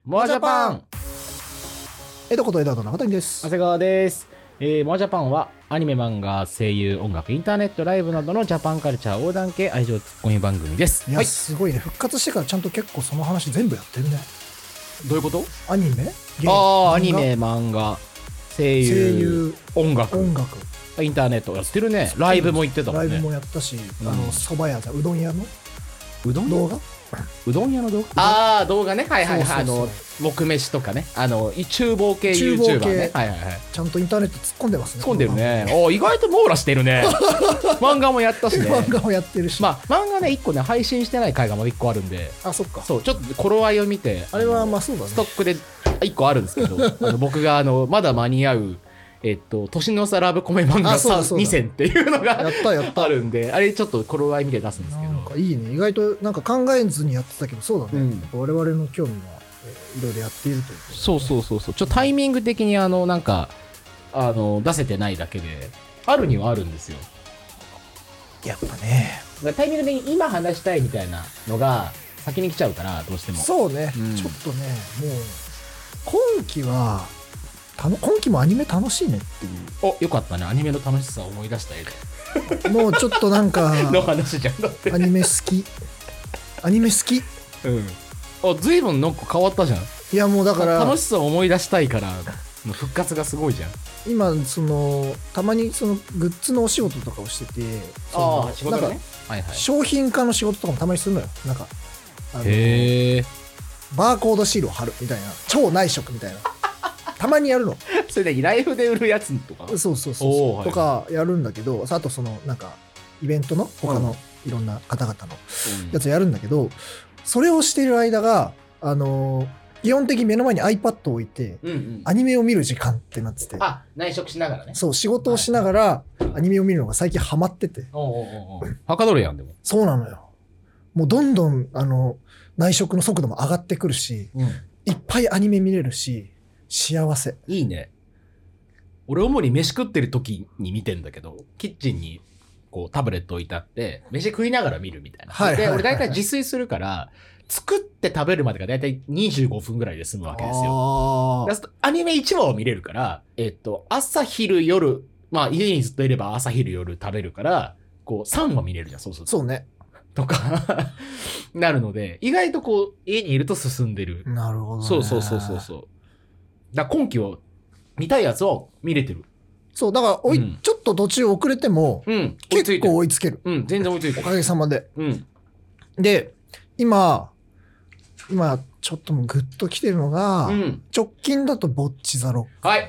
モアジャパン。 こと枝田中谷です。 長谷川です。モアジャパンはアニメ、漫画、声優、音楽、インターネット、ライブなどのジャパンカルチャー横断系愛情ツッコミ番組です。 いや、すごいね。復活してからちゃんと結構その話全部やってるね。 どういうこと？ アニメ、 アニメ、漫画、声優、音楽、インターネットやってるね。ライブも行ってたもんね。 ライブもやったし、蕎麦屋じゃん、うどん屋の動画？うどん屋の動画？動画ね。はいはいはい。木飯とかね。厨房系 YouTuber ね。はいはいはい。 ちゃんとインターネット突っ込んでますね。 突っ込んでるね。意外と網羅してるね。漫画もやったしね。 漫画もやってるし。 漫画ね、1個ね、配信してない回がまだ1個あるんで。 あ、そっか。 そう、ちょっと頃合いを見て。 あれはまあそうだね。 ストックで1個あるんですけど、僕がまだ間に合う、年の差ラブコメ漫画2選っていうのがあるんで、あれちょっと頃合い見て出すんですけど。 なんかいいね。意外となんか考えずにやってたけど、そうだね。我々の興味はいろいろやっているという、ね。 そう。ちょっとタイミング的になんか、出せてないだけで、あるにはあるんですよ。 やっぱね。 タイミングで今話したいみたいなのが先に来ちゃうから、どうしても。 そうね。ちょっとね、もう、今期もアニメ楽しいねっていう。 よかったね。アニメの楽しさを思い出した絵で。 もうちょっとなんかの話じゃんだって。 アニメ好き。 ずいぶんなんか変わったじゃん。 いやもうだから楽しさを思い出したいからの復活がすごいじゃん。 今たまにグッズのお仕事とかをしてて、 仕事ね。 はいはい。商品化の仕事とかもたまにするのよ。なんかへえ。 バーコードシールを貼るみたいな、超内職みたいな。たまにやるの。 それでライフで売るやつとか。 そうとかやるんだけど、あとなんかイベントの他のいろんな方々のやつやるんだけど、それをしている間が基本的に目の前に iPad を置いて、アニメを見る時間ってなってて。 内職しながらね。 そう、仕事をしながらアニメを見るのが最近ハマってて。 はかどるやん、でも。 そうなのよ。もうどんどん内職の速度も上がってくるし、いっぱいアニメ見れるし、幸せ。 いいね。俺主に飯食ってる時に見てんだけど、キッチンにこうタブレット置いてあって飯食いながら見るみたいな。で、俺大体自炊するから作って食べるまでが大体25分ぐらいで済むわけですよ。アニメ1話を見れるから、朝昼夜、まあ家にずっといれば朝昼夜食べるから、こう3話見れるじゃん。 そうね。 とかなるので、意外とこう家にいると進んでる。 なるほどね。 そう。だから今期を見たいやつを見れてる。 そう、だからちょっと途中遅れても、結構追いつける。 全然追いついてる。 おかげさまで。で、今、ちょっともうグッと来てるのが、直近だとボッチザロック。 はい。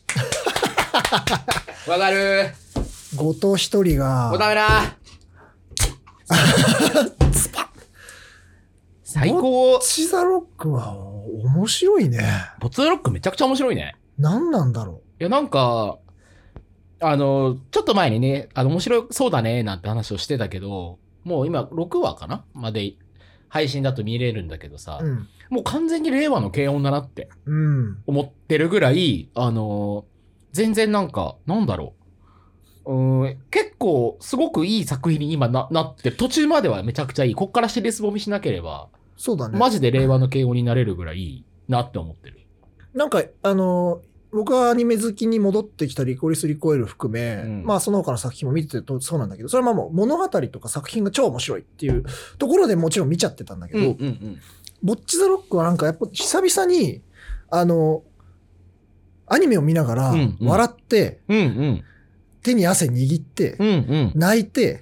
わかる。 後藤一人が。 ダメだ。 スパッ。 最高。 ボッチザロックは面白いね。 ボッチザロックめちゃくちゃ面白いね。 何なんだろう。いや、なんか、ちょっと前にね、面白そうだね、なんて話をしてたけど、もう今6話かなまで配信だと見れるんだけどさ、もう完全に令和の軽音だなって思ってるぐらい、全然なんか、なんだろう。結構すごくいい作品に今なってる。途中まではめちゃくちゃいい。こっから尻すぼみしなければ、 そうだね。 マジで令和の軽音になれるぐらいいいなって思ってる。 なんか、僕はアニメ好きに戻ってきたリコリス・リコイル含め、まあその他の作品も見ててとそうなんだけど、それはまあもう物語とか作品が超面白いっていうところでもちろん見ちゃってたんだけど、ボッチザロックはなんかやっぱ久々に、アニメを見ながら笑って、手に汗握って、泣いて、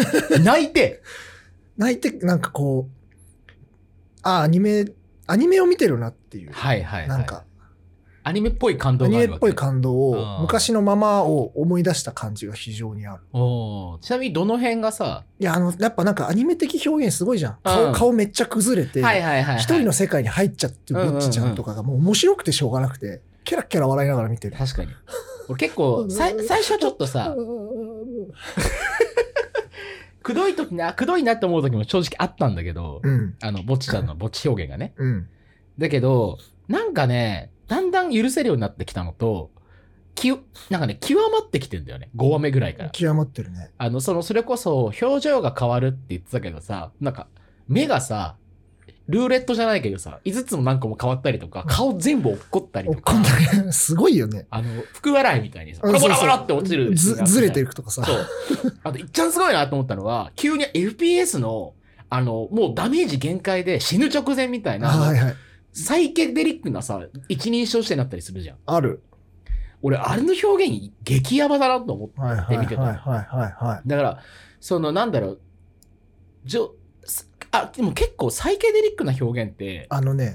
なんかこう、アニメを見てるなっていう。なんか、 アニメっぽい感動があるわけ。 アニメっぽい感動を、昔のままを思い出した感じが非常にある。 ちなみにどの辺がさ、 いや、やっぱなんかアニメ的表現すごいじゃん。顔めっちゃ崩れて、一人の世界に入っちゃってるぼっちちゃんとかがもう面白くてしょうがなくて、キャラキャラ笑いながら見てる。 確かに。俺結構、最初ちょっとさ、くどいなって思う時も正直あったんだけど、ぼっちちゃんのぼっち表現がね。だけど、なんかね、だんだん許せるようになってきたのと、なんかね、極まってきてんだよね。5話目ぐらいから。 極まってるね。 それこそ、表情が変わるって言ってたけどさ、なんか、目がさ、 ルーレットじゃないけどさ、5つも何個も変わったりとか、顔全部落っこったりとか。 落っこったり、すごいよね。 福笑いみたいにさ、ボラボラボラって落ちる。 ずれていくとかさ。 そう。あと、いっちゃんすごいなと思ったのは、急に FPS の、もうダメージ限界で死ぬ直前みたいな、 はいはい、 サイケデリックなさ、一人称視点になったりするじゃん。 ある。 俺、あれの表現激ヤバだなと思って見てた。だから、なんだろう、でも結構サイケデリックな表現って。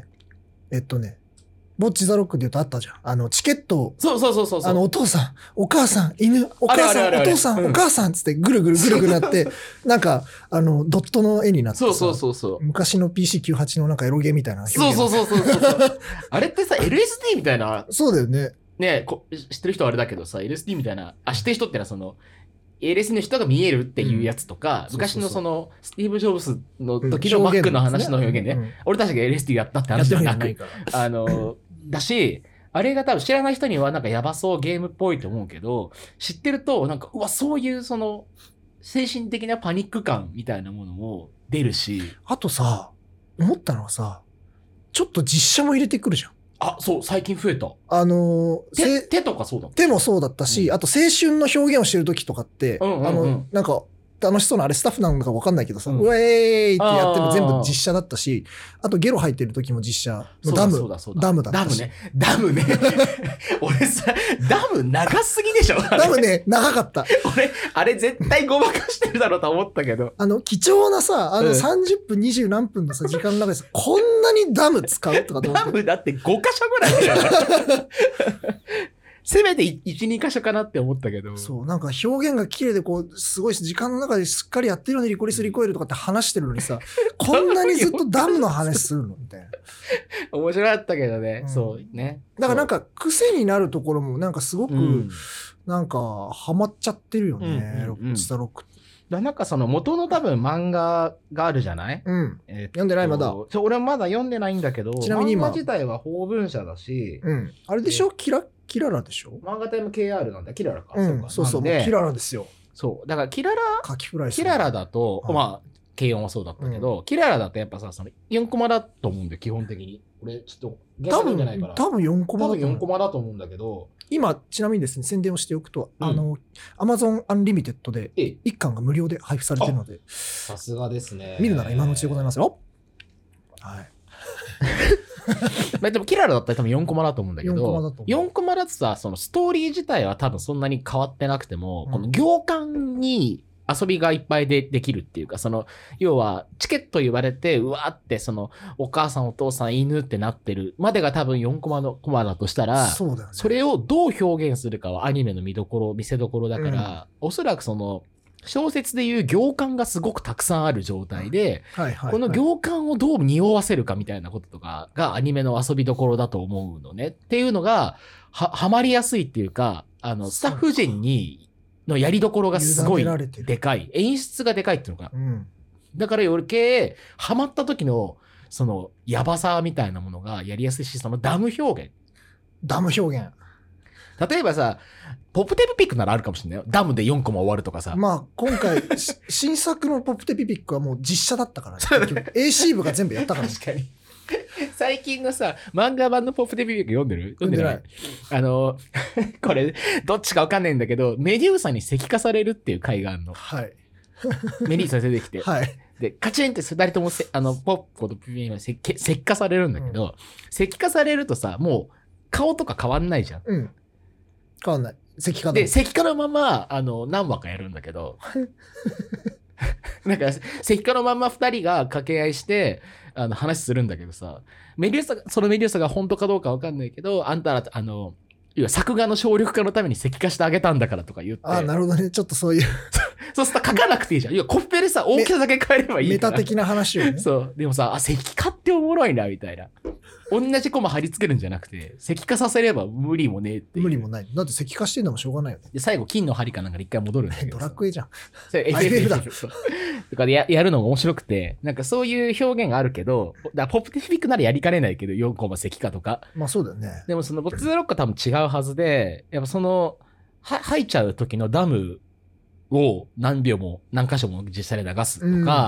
ボッチザロックで言うとあったじゃん。チケットを。 そう。 お父さん、お母さん、犬、お母さん、お父さん、お母さんつってぐるぐるなって、なんか、ドットの絵になってさ。 そう。 昔の PC98 のなんかエロゲーみたいな表現。 そう。あれってさ、LSD みたいな。 そうだよね。 ね、知ってる人はあれだけどさ、LSD みたいな、知ってる人ってのはLSD の人が見えるっていうやつとか、昔のスティーブ・ジョブズの時の Mac の話の表現ね。俺たちが LSD やったって話じゃなく、だし、あれが多分知らない人にはなんかやばそうゲームっぽいと思うけど、知ってるとなんか、うわ、そういう精神的なパニック感みたいなものも出るし。 あとさ、思ったのはさ、ちょっと実写も入れてくるじゃん。 あ、そう、最近増えた。手とかそうだもん。 手もそうだったし、あと青春の表現をしてる時とかって、なんか、楽しそうなあれスタッフなのか分かんないけどさ、うえーいってやっても全部実写だったし、あとゲロ吐いてる時も実写のダムだったし。 ダムね。俺さ、ダム長すぎでしょ。 ダムね、長かった。 俺、あれ絶対ごまかしてるだろうと思ったけど。 貴重なさ、30分20何分のさ、時間の中でさ、こんなにダム使うとかダムだって5箇所ぐらいだよ。せめて1、2箇所かなって思ったけど。 そう、なんか表現が綺麗ですごい時間の中ですっかりやってるのにリコリス・リコイルとかって話してるのにさ、こんなにずっとダムの話するのみたいな。 面白かったけどね。そうね。 だからなんか癖になるところもなんかすごく、なんかハマっちゃってるよね、ロッチザロック。 なんか元の多分漫画があるじゃない？ 読んでないまだ。 俺もまだ読んでないんだけど、 ちなみに今漫画自体は法文社だし、 あれでしょ？キララでしょ？ 漫画タイム KR なんだ。キララか。 そう、キララですよ。 そう。だからキララだと、まあ、軽音はそうだったけど、キララだとやっぱさ、4コマだと思うんだよ、基本的に。俺、ちょっと、 多分4コマだと思う。 多分4コマだと思うんだけど、 今、ちなみにですね、宣伝をしておくと、Amazon Unlimited で1巻が無料で配布されてるので、 さすがですね。 見るなら今のうちでございますよ。はい。 でもキララだったら多分4コマだと思うんだけど、4コマだとさ、ストーリー自体は多分そんなに変わってなくても、この行間に遊びがいっぱいできるっていうか、要はチケット言われて、うわーってお母さんお父さん犬ってなってるまでが多分4コマのコマだとしたら、 そうだよね、 それをどう表現するかはアニメの見せどころだから、おそらく小説でいう行間がすごくたくさんある状態で、この行間をどう匂わせるかみたいなこととかがアニメの遊びどころだと思うのね。っていうのが、はまりやすいっていうか、スタッフ陣のやりどころがすごいでかい。演出がでかいっていうのか。だから余計、ハマった時の、やばさみたいなものがやりやすいし、ダム表現。例えばさ、ポプテピピックならあるかもしれないよ。ダムで4コマ終わるとかさ。 まあ、今回、新作のポプテピピックはもう実写だったからね。AC 部が全部やったからね。 確かに。最近のさ、漫画版のポプテピピック読んでる？ 読んでない。 これ、どっちかわかんないんだけど、メデューサに石化されるっていう回があるの。 はい。 メデューサ出てきて。 はい。 で、カチンって二人ともポッコとピピピが石化されるんだけど、石化されるとさ、もう、顔とか変わんないじゃん。 変わんない。石化で、石化のまま、何話かやるんだけど、なんか、石化のまま二人が掛け合いして、話するんだけどさ、メデューサが本当かどうかわかんないけど、あんたら、要は作画の省力化のために石化してあげたんだからとか言って。 なるほどね。ちょっとそういう。 そうすると書かなくていいじゃん。いや、コッペでさ、大きさだけ変えればいいから。 メタ的な話をね。 そう。でもさ、石化っておもろいな、みたいな。同じコマ貼り付けるんじゃなくて、石化させれば無理もねえっていう。 無理もない。だって石化してんのもしょうがないよね。 で、最後、金の針かなんかで一回戻るんだけど。 ドラクエじゃん。 それ FF だ。とかでやるのが面白くて、なんかそういう表現があるけど、ポップティフィックならやりかねないけど、4コマ石化とか。 まあそうだよね。 でもボッツ・ザ・ロックは多分違うはずで、やっぱ吐いちゃう時のダムを何秒も何箇所も実際で流すとか、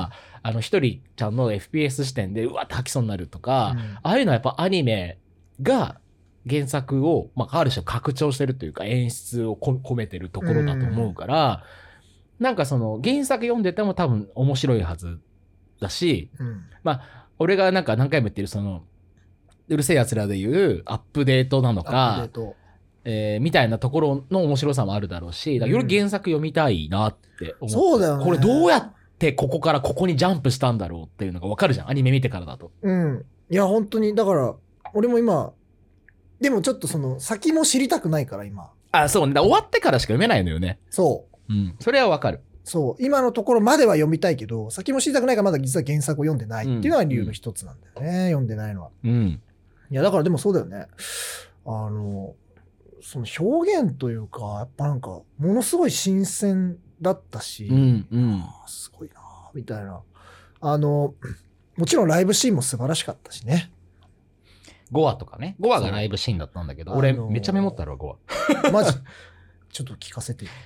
一人ちゃんの FPS 視点でうわって吐きそうになるとか、ああいうのはやっぱアニメが原作を、ある種拡張してるというか演出を込めてるところだと思うから、なんかその原作読んでても多分面白いはずだし、俺がなんか何回も言ってるそのうるせえ奴らでいうアップデートなのか、みたいなところの面白さもあるだろうし、より原作読みたいなって思って、 そうだよね。 これどうやってここからここにジャンプしたんだろうっていうのが分かるじゃん、アニメ見てからだと。 いや本当にだから俺も今でもちょっとその先も知りたくないから今。 そうね。終わってからしか読めないのよね。 そう。 それは分かる。 そう。今のところまでは読みたいけど、先も知りたくないからまだ実は原作を読んでないっていうのが理由の一つなんだよね。読んでないのは。いや、だからでもそうだよね。その表現というか、やっぱなんか、ものすごい新鮮だったし、すごいなみたいな。もちろんライブシーンも素晴らしかったしね。 5話とかね。5話がライブシーンだったんだけど、俺めっちゃメモったろ、5話。 マジちょっと聞かせて。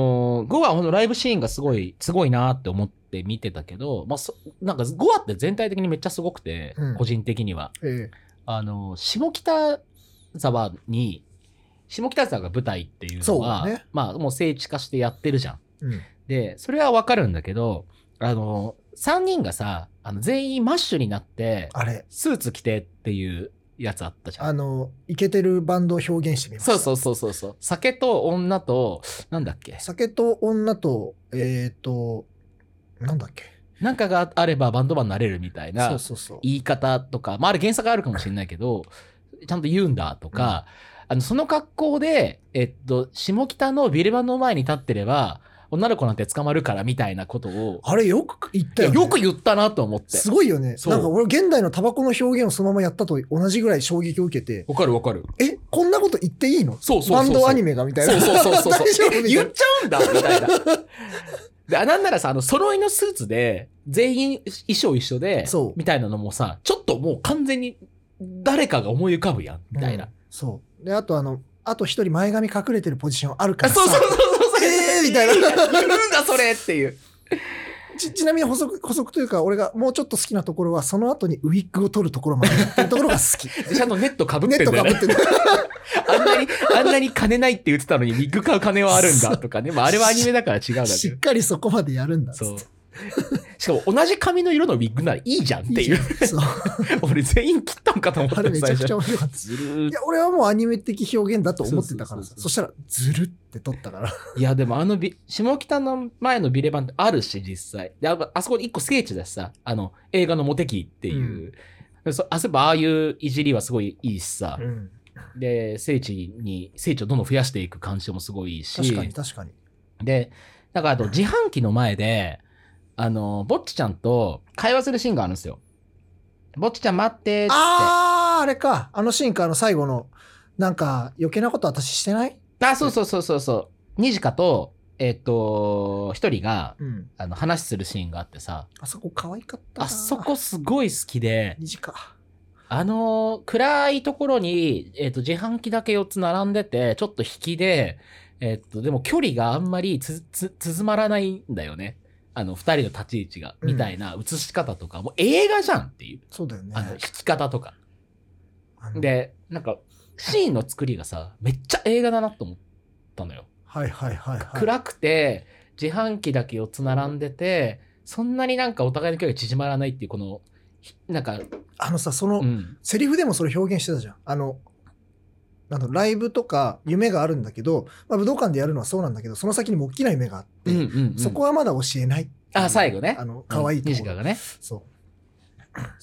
5話ほんとライブシーンがすごいなって思って見てたけど、なんか5話って全体的にめっちゃすごくて、個人的には。下北沢が舞台っていうのは、もう聖地化してやってるじゃん。で、それはわかるんだけど、3人がさ、全員マッシュになって、スーツ着てっていうやつあったじゃん。 イケてるバンドを表現してみました。 そう。酒と女と、なんだっけ？ 酒と女と、なんだっけ？ なんかがあればバンドマンになれるみたいな言い方とか、あれ原作あるかもしれないけど、ちゃんと言うんだとか、その格好で、下北のビルバンの前に立ってれば、女の子なんて捕まるからみたいなことを。 あれよく言ったよね。 よく言ったなと思って。 すごいよね。なんか俺現代のタバコの表現をそのままやったと同じぐらい衝撃を受けて。 わかる。 こんなこと言っていいの？バンドアニメがみたいな。 そう。言っちゃうんだみたいな。で、なんならさ、揃いのスーツで、全員衣装一緒で、みたいなのもさ、ちょっともう完全に誰かが思い浮かぶやん、みたいな。 そう。で、あと一人前髪隠れてるポジションあるからさ。 そう。 みたいな。 言うんだ、それっていう。 ちなみに補足というか、俺がもうちょっと好きなところは、その後にウィッグを取るところまでやってるところが好き。 ちゃんとネット被ってんだよね。あんなに金ないって言ってたのにウィッグ買う金はあるんだとかね。あれはアニメだから違うんだけど。 しっかりそこまでやるんだ。 そう。しかも同じ髪の色のウィッグならいいじゃんっていう。そう。俺全員切ったんかと思った。 あれめちゃくちゃ面白かった。いや、俺はもうアニメ的表現だと思ってたからさ。そしたら、ずるって撮ったから。 いや、でも下北の前のビレバンってあるし、実際。で、あそこ一個聖地だしさ、映画のモテキっていう。ああいういじりはすごいいいしさ。で、聖地をどんどん増やしていく感じもすごいいいし。 確かに。 で、だから自販機の前で、ぼっちちゃんと会話するシーンがあるんですよ。ぼっちちゃん待ってって。 あれか。シーンか、最後の、なんか、余計なこと私してない？ そう。ニジカと、一人が、話するシーンがあってさ。 あそこ可愛かったな。 あそこすごい好きで。 ニジカ。 暗いところに、自販機だけ4つ並んでて、ちょっと引きで、でも距離があんまり縮まらないんだよね。二人の立ち位置が、みたいな映し方とか、もう映画じゃんっていう。 そうだよね。 引き方とか。で、なんか、シーンの作りがさ、めっちゃ映画だなと思ったのよ。 はい。 暗くて、自販機だけ4つ並んでて、そんなになんかお互いの距離が縮まらないっていう、この、なんか。 セリフでもそれ表現してたじゃん。ライブとか夢があるんだけど、武道館でやるのはそうなんだけど、その先にも大きな夢があって、そこはまだ教えない。 最後ね。 可愛いところ。 西川がね。 そう、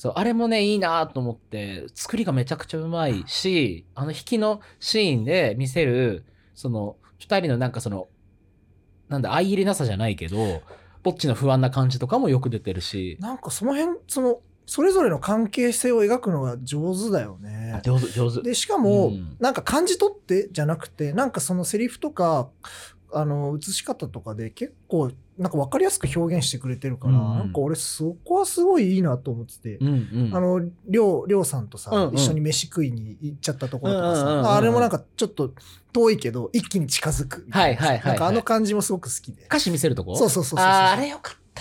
あれもね、いいなと思って、作りがめちゃくちゃうまいし、引きのシーンで見せる、二人のなんか相入れなさじゃないけど、ぼっちの不安な感じとかもよく出てるし。 なんかその辺、それぞれの関係性を描くのが上手だよね。 上手。 で、しかも、なんか感じ取ってじゃなくて、なんかそのセリフとか、映し方とかで結構、なんか分かりやすく表現してくれてるから、なんか俺そこはすごいいいなと思ってて、りょうさんとさ、一緒に飯食いに行っちゃったところとかさ、あれもなんかちょっと遠いけど、一気に近づくみたいな。なんか感じもすごく好きで。 歌詞見せるとこ？ そう。 あれよかったな。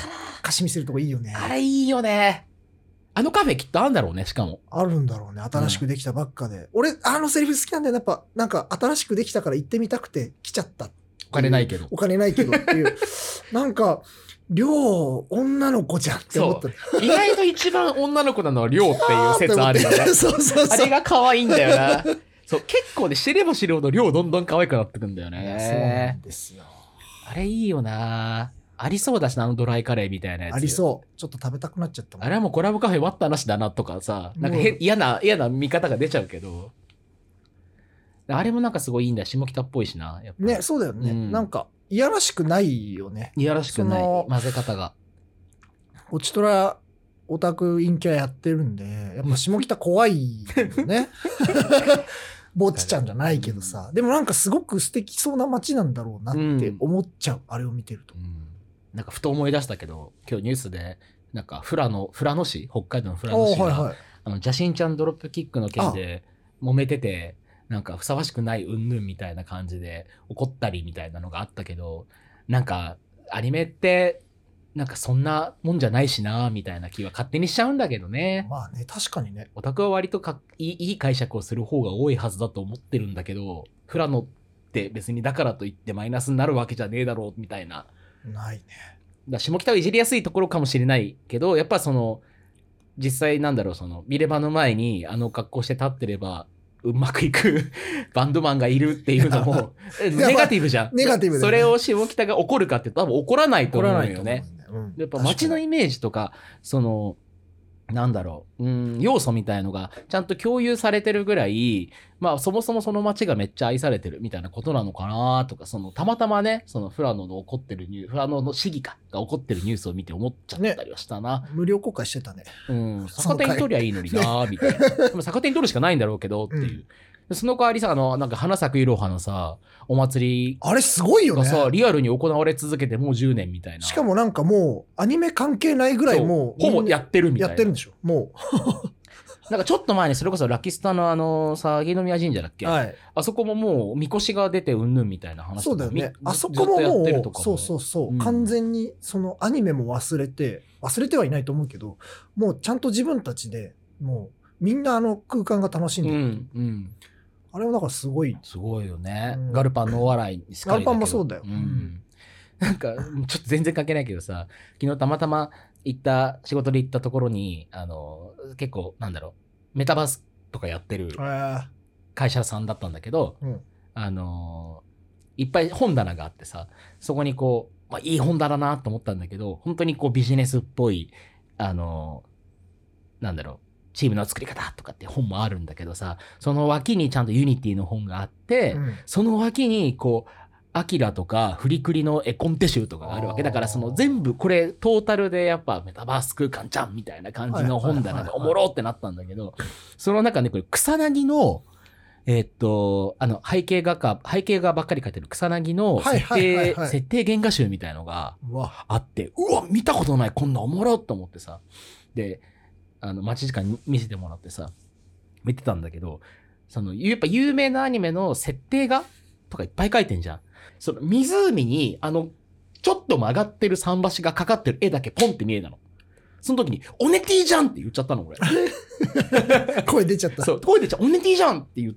かしみするとこいいよね。 あれいいよね。あのカフェきっとあるんだろうね、しかも。 あるんだろうね。新しくできたばっかで。俺、あのセリフ好きなんだよ。やっぱ、なんか、新しくできたから行ってみたくて来ちゃった。 お金ないけど。 お金ないけどっていう。なんか、りょう、女の子じゃんって思った。 意外と一番女の子なのはりょうっていう説あるよね。 そうそうそう。 あれが可愛いんだよな。そう、結構ね、知れば知るほどりょうどんどん可愛くなってくんだよね。 そうなんですよ。 あれいいよな。ありそうだしな、あのドライカレーみたいなやつ。 ありそう。ちょっと食べたくなっちゃったもん。 あれはもうコラボカフェ割った話だなとかさ、なんか嫌な見方が出ちゃうけど。あれもなんかすごいいいんだよ。下北っぽいしな。やっぱね、そうだよね。なんか、いやらしくないよね。 いやらしくない。混ぜ方が。 オチトラ、オタク陰キャやってるんで、やっぱ下北怖いよね。ぼっちちゃんじゃないけどさ。でもなんかすごく素敵そうな街なんだろうなって思っちゃう。あれを見てると。 なんかふと思い出したけど、今日ニュースで、なんか富良野市、北海道の富良野市が、邪神ちゃんドロップキックの件で揉めてて、なんかふさわしくない云々みたいな感じで怒ったりみたいなのがあったけど、なんかアニメってなんかそんなもんじゃないしなみたいな気は勝手にしちゃうんだけどね。 まあね、確かにね。 オタクは割といい解釈をする方が多いはずだと思ってるんだけど、富良野って別にだからといってマイナスになるわけじゃねえだろうみたいな。 ないね。 だ下北をいじりやすいところかもしれないけど、やっぱその実際なんだろう、その見れ場の前にあの格好して立ってればうまくいくバンドマンがいるっていうのもネガティブじゃん。 ネガティブだね。 それを下北が怒るかって多分怒らないと思うよね。やっぱ街のイメージとかそのなんだろう、要素みたいのがちゃんと共有されてるぐらい、まあそもそもその街がめっちゃ愛されてるみたいなことなのかなとか、そのたまたまね、その富良野の起こってる富良野の市議が起こってるニュースを見て思っちゃったりはしたな。 ね、無料公開してたね。 逆手に取りゃいいのになみたいな。でも逆手に取るしかないんだろうけどっていう。その代わりさ、なんか花咲くいろはのさ、お祭り。 あれすごいよね。 さ、リアルに行われ続けてもう10年みたいな。 しかもなんかもう、アニメ関係ないぐらいもう。 ほぼやってるみたいな。 やってるんでしょ、もう。 なんかちょっと前にそれこそラキスタのさ、上宮神社だっけ、はい、あそこももう、みこしが出てうんぬんみたいな話。 そうだよね。あそこももう、そうそうそう、完全にそのアニメも忘れてはいないと思うけど、もうちゃんと自分たちでもう、みんなあの空間が楽しんでる。あれはだからすごい。 すごいよね。ガルパンのお笑いにガルパンもそうだよ。 なんか、ちょっと全然関係ないけどさ、昨日たまたま仕事で行ったところに、結構、なんだろう、メタバースとかやってる会社さんだったんだけど、いっぱい本棚があってさ、そこにこう、まあ、いい本棚だなと思ったんだけど、本当にこうビジネスっぽい、なんだろう、チームの作り方とかって本もあるんだけどさ、その脇にちゃんとユニティの本があって、その脇にこう、アキラとかフリクリの絵コンテ集とかがあるわけだから、その全部これトータルでやっぱメタバース空間じゃんみたいな感じの本棚でおもろってなったんだけど、その中でこれ草薙の背景画ばっかり書いてる草薙の設定原画集みたいのがあって、うわ見たことない、こんなおもろって思ってさ、で待ち時間に見せてもらってさ見てたんだけど、そのやっぱ有名なアニメの設定画とかいっぱい書いてんじゃん。その湖にちょっと曲がってる桟橋がかかってる絵だけポンって見えたの。その時にオネティじゃんって言っちゃったの俺。 声出ちゃった。 そう、声出ちゃう、オネティじゃんって言って、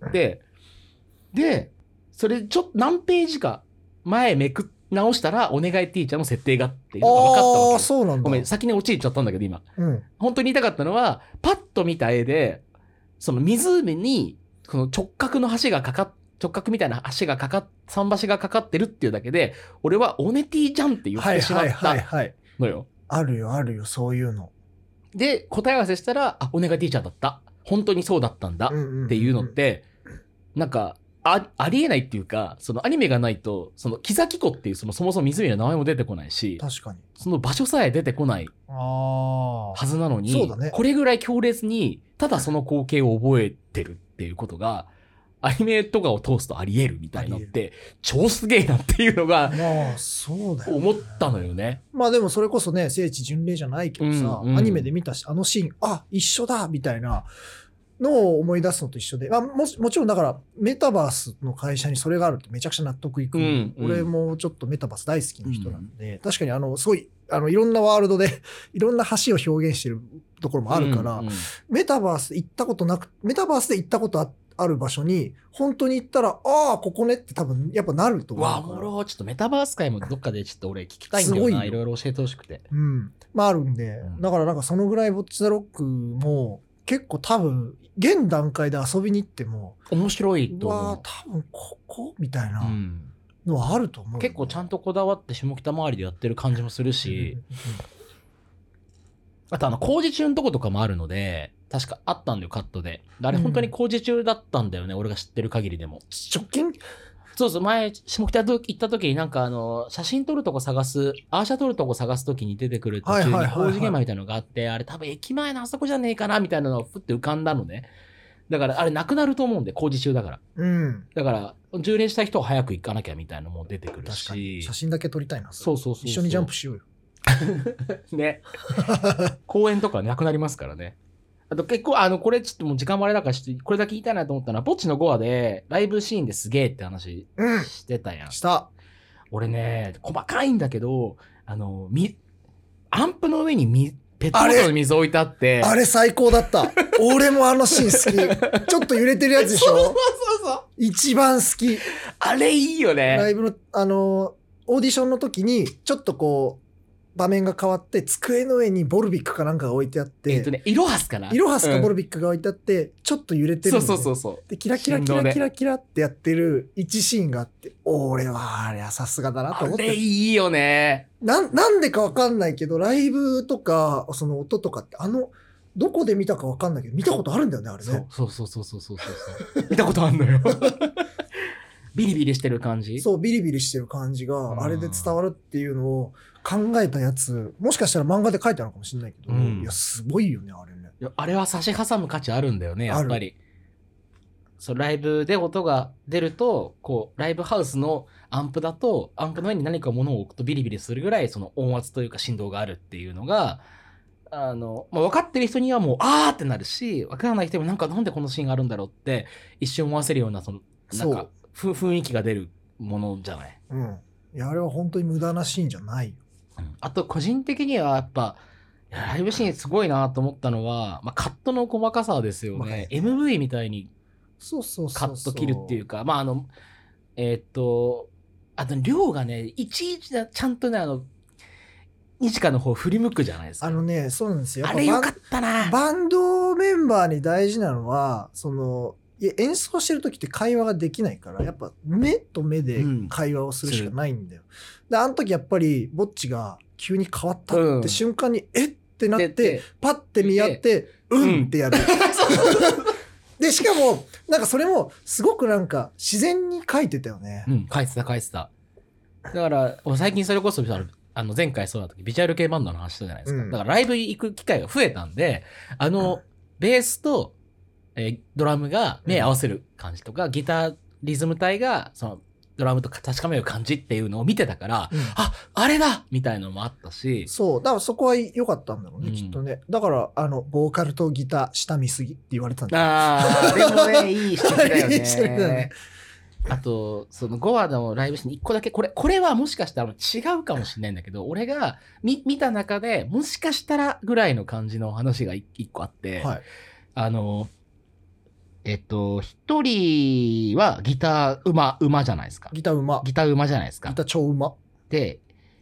でそれちょっと何ページか前めく直したらお願いティーチャーの設定がっていうのが分かったわけ。 あ、そうなんだ。 ごめん、先に落ち入っちゃったんだけど今、本当に言いたかったのは、パッと見た絵でその湖にこの直角みたいな桟橋がかかってるっていうだけで、俺はオネティじゃんって言ってしまったのよ。 あるよ、そういうの。 で、答え合わせしたら、あ、お願いティーチャーだった。本当にそうだったんだっていうのって、なんか、ありえないっていうか、そのアニメがないと、その木崎湖っていうそもそも湖の名前も出てこないし、 確かに。 その場所さえ出てこないはずなのに、 そうだね、 これぐらい強烈に、ただその光景を覚えてるっていうことが、アニメとかを通すとあり得るみたいなのって、超すげえなっていうのが、 まあ、そうだよ、 思ったのよね。 まあでもそれこそね、聖地巡礼じゃないけどさ、アニメで見たし、あのシーン、あ、一緒だみたいな、 のを思い出すのと一緒で、もちろんだからメタバースの会社にそれがあるってめちゃくちゃ納得いく、俺もちょっとメタバース大好きな人なんで、確かにすごいいろんなワールドでいろんな橋を表現してるところもあるから、メタバースで行ったことある場所に本当に行ったら、ああここねって多分やっぱなると思うから。 わあ、ちょっとメタバース界もどっかでちょっと俺聞きたいんだよな。いろいろ教えてほしくて。 まああるんで、だからなんかそのぐらいボッチザロックも結構多分現段階で遊びに行っても面白いと思う。 多分ここみたいなのはあると思う、ね。 結構ちゃんとこだわって下北周りでやってる感じもするし、あと工事中のとことかもあるので。確かあったんだよ、カットで。あれ本当に工事中だったんだよね、俺が知ってる限りでも。 直近？ そうそう、前、下北行った時になんか写真撮るとこ探す、アーシャ撮るとこ探す時に出てくる途中に工事現場みたいなのがあって、あれ多分駅前のあそこじゃねえかなみたいなのがふって浮かんだのね。だからあれなくなると思うんで、工事中だから。だから、充電した人は早く行かなきゃみたいなのも出てくるし。 確かに。写真だけ撮りたいな。 そう。 一緒にジャンプしようよ。 ね。公園とかなくなりますからね。あと結構これちょっともう時間もあれだからこれだけ言いたいなと思ったのは、ぼっちの5話でライブシーンですげえって話してたやん。 した。 俺ね、細かいんだけど、アンプの上にペットボトルの水置いてあって。 あれ最高だった。俺もシーン好き。ちょっと揺れてるやつでしょ？そう。一番好き。 あれいいよね。 ライブの、オーディションの時に、ちょっとこう、場面が変わって、机の上にボルビックかなんかが置いてあって、 イロハスかな？ イロハスかボルビックが置いてあって、ちょっと揺れてる、ね。 そう。 で、キラキラってやってる一シーンがあって、俺はあれはさすがだなと思って。 あれいいよね。 なんでかわかんないけど、ライブとか、その音とかって、どこで見たかわかんないけど、見たことあるんだよね、あれね。 そう。見たことあるのよ。ビリビリしてる感じ？ そう、ビリビリしてる感じが、あれで伝わるっていうのを考えたやつ、もしかしたら漫画で書いてあるかもしれないけど、いや、すごいよね、あれね。 いや、あれは差し挟む価値あるんだよね、やっぱり。そう、ライブで音が出ると、こう、ライブハウスのアンプだと、アンプの上に何か物を置くとビリビリするぐらい、その音圧というか振動があるっていうのが、分かってる人にはもう、あーってなるし、分からない人もなんでこのシーンがあるんだろうって、一瞬思わせるような、なんか、雰囲気が出るものじゃない。 いや、あれは本当に無駄なシーンじゃないよ。 あと、個人的にはやっぱ、ライブシーンすごいなと思ったのは、カットの細かさですよね。MV みたいに、カット切るっていうか、あと、量がね、いちいちちゃんとね、日華の方振り向くじゃないですか。 そうなんですよ。 あれよかったな。 バンドメンバーに大事なのは、演奏してる時って会話ができないから、やっぱ目と目で会話をするしかないんだよ。で、あの時やっぱり、ぼっちが急に変わったって瞬間に、えってなって、パッて見合って、ってやる。で、しかも、なんかそれも、すごくなんか、自然に書いてたよね。 書いてた。だから、最近それこそ、前回そうだった時、ビジュアル系バンドの話したじゃないですか。だからライブ行く機会が増えたんで、ベースと、ドラムが目合わせる感じとか、ギター、リズム体が、ドラムと確かめる感じっていうのを見てたから、あれだみたいなのもあったし。 そう。だからそこは良かったんだろうね、きっとね。だから、ボーカルとギター、下見すぎって言われたんだ。 でもね、いい指摘だよね。あと、その5話のライブシーンに1個だけ、これはもしかしたら違うかもしれないんだけど、俺が見た中で、もしかしたらぐらいの感じの話が1個あって、一人はギター馬じゃないですか。 ギター馬じゃないですか。 ギター超馬。 で、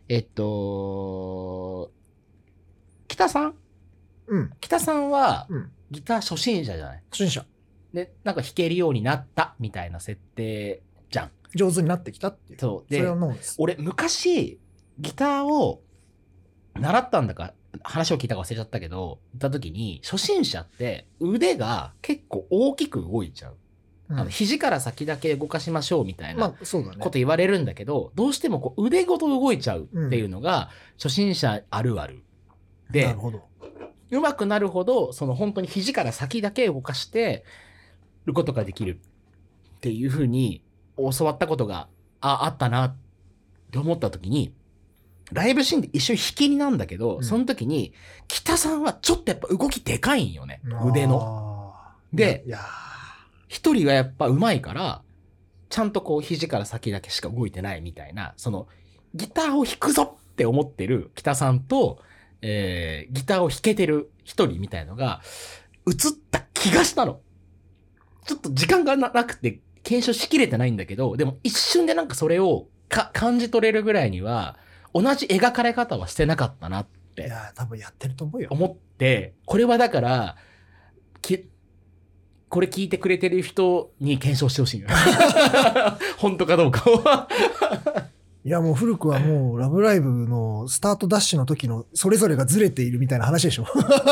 北さんは、ギター初心者じゃない？ 初心者。 で、なんか弾けるようになったみたいな設定じゃん。 上手になってきたっていう。 そう。で、 それはノーです。 俺、昔、ギターを習ったんだか、話を聞いたか忘れちゃったけど、行った時に、初心者って腕が結構大きく動いちゃう。肘から先だけ動かしましょうみたいなこと言われるんだけど、どうしてもこう腕ごと動いちゃうっていうのが、初心者あるある。で、 なるほど。 上手くなるほど、本当に肘から先だけ動かしてることができるっていう風に教わったことがあったなって思った時に、ライブシーンで一緒に弾きになんだけど、その時に、北さんはちょっとやっぱ動きでかいんよね。腕の。 で、一人がやっぱ上手いから、ちゃんとこう肘から先だけしか動いてないみたいな、そのギターを弾くぞって思ってる北さんと、ギターを弾けてる一人みたいのが映った気がしたの。ちょっと時間がなくて検証しきれてないんだけど、でも一瞬でなんかそれを感じ取れるぐらいには同じ描かれ方はしてなかったなって。 いや、多分やってると思うよ。 思って、これはだから、これ聞いてくれてる人に検証してほしいよ。本当かどうかを。 いや、もう古くはもうラブライブのスタートダッシュの時のそれぞれがずれているみたいな話でしょ。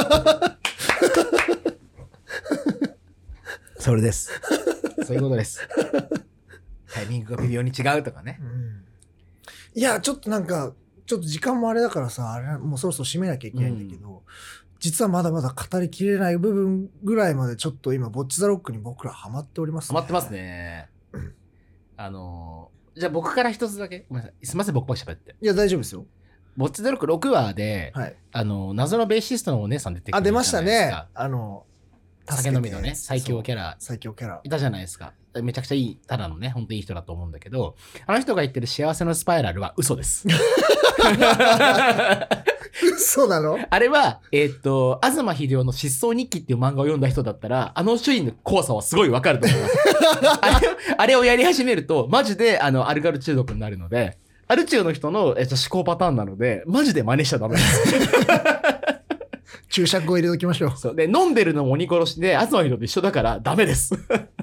それです。そういうことです。タイミングが微妙に違うとかね。 いや、ちょっとなんか、ちょっと時間もあれだからさ、あれもうそろそろ締めなきゃいけないんだけど、実はまだまだ語りきれない部分ぐらいまでちょっと今、ボッチザロックに僕らハマっておりますね。ハマってますね。じゃあ僕から一つだけ。ごめんなさい。すみません、僕ばっかり喋って。 いや、大丈夫ですよ。 ボッチザロック6話で、はい、謎のベーシストのお姉さん出てくるじゃないですか。 出ましたね。 酒飲みのね、最強キャラ。 最強キャラ。 いたじゃないですか。めちゃくちゃいい、ただのね、本当にいい人だと思うんだけど、あの人が言ってる幸せのスパイラルは嘘です。 嘘なの？ あれは、東秀夫の失踪日記っていう漫画を読んだ人だったら、あの主人の怖さはすごいわかると思います。あれをやり始めると、マジで、アルカル中毒になるので、アル中の人の、思考パターンなので、マジで真似しちゃダメです。 注釈を入れときましょう。 そう。で、飲んでるのも鬼殺しで、東秀と一緒だからダメです。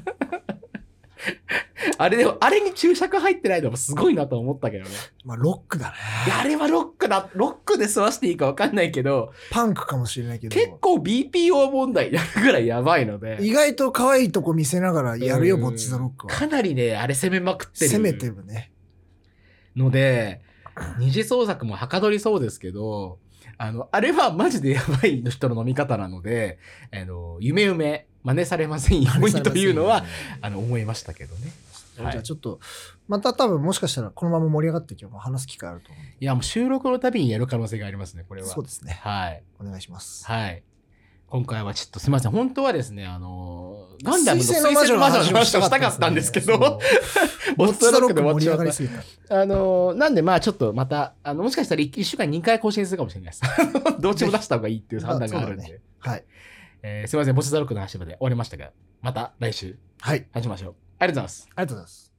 あれに注釈入ってないのもすごいなと思ったけどね。 まあ、ロックだね。 いや、あれはロックで済ましていいか分かんないけど。 パンクかもしれないけど。 結構 BPO 問題やるぐらいやばいので。 意外と可愛いとこ見せながらやるよ、ボッチザロックは。 かなりね、あれ攻めまくってる。 攻めてるね。 ので、二次創作もはかどりそうですけど、あれはマジでやばい人の飲み方なので、夢真似されませんようにというのは、思いましたけどね。 じゃあちょっと、また多分もしかしたらこのまま盛り上がって今日も話す機会あると思う。 いや、もう収録のたびにやる可能性がありますね、これは。 そうですね。 はい。 お願いします。 はい。今回はちょっとすみません。本当はですね、ガンダムの水星の魔女の話をしたかったんですけど、 ボッチザロックで盛り上がりすぎた。 なんでまあちょっとまた、もしかしたら1週間2回更新するかもしれないです。どっちも出した方がいいっていう判断があるんで。 はい。 すみません。ボッチザロックの話まで終わりましたが、また来週、 はい。 話しましょう。ありがとうございます。 ありがとうございます。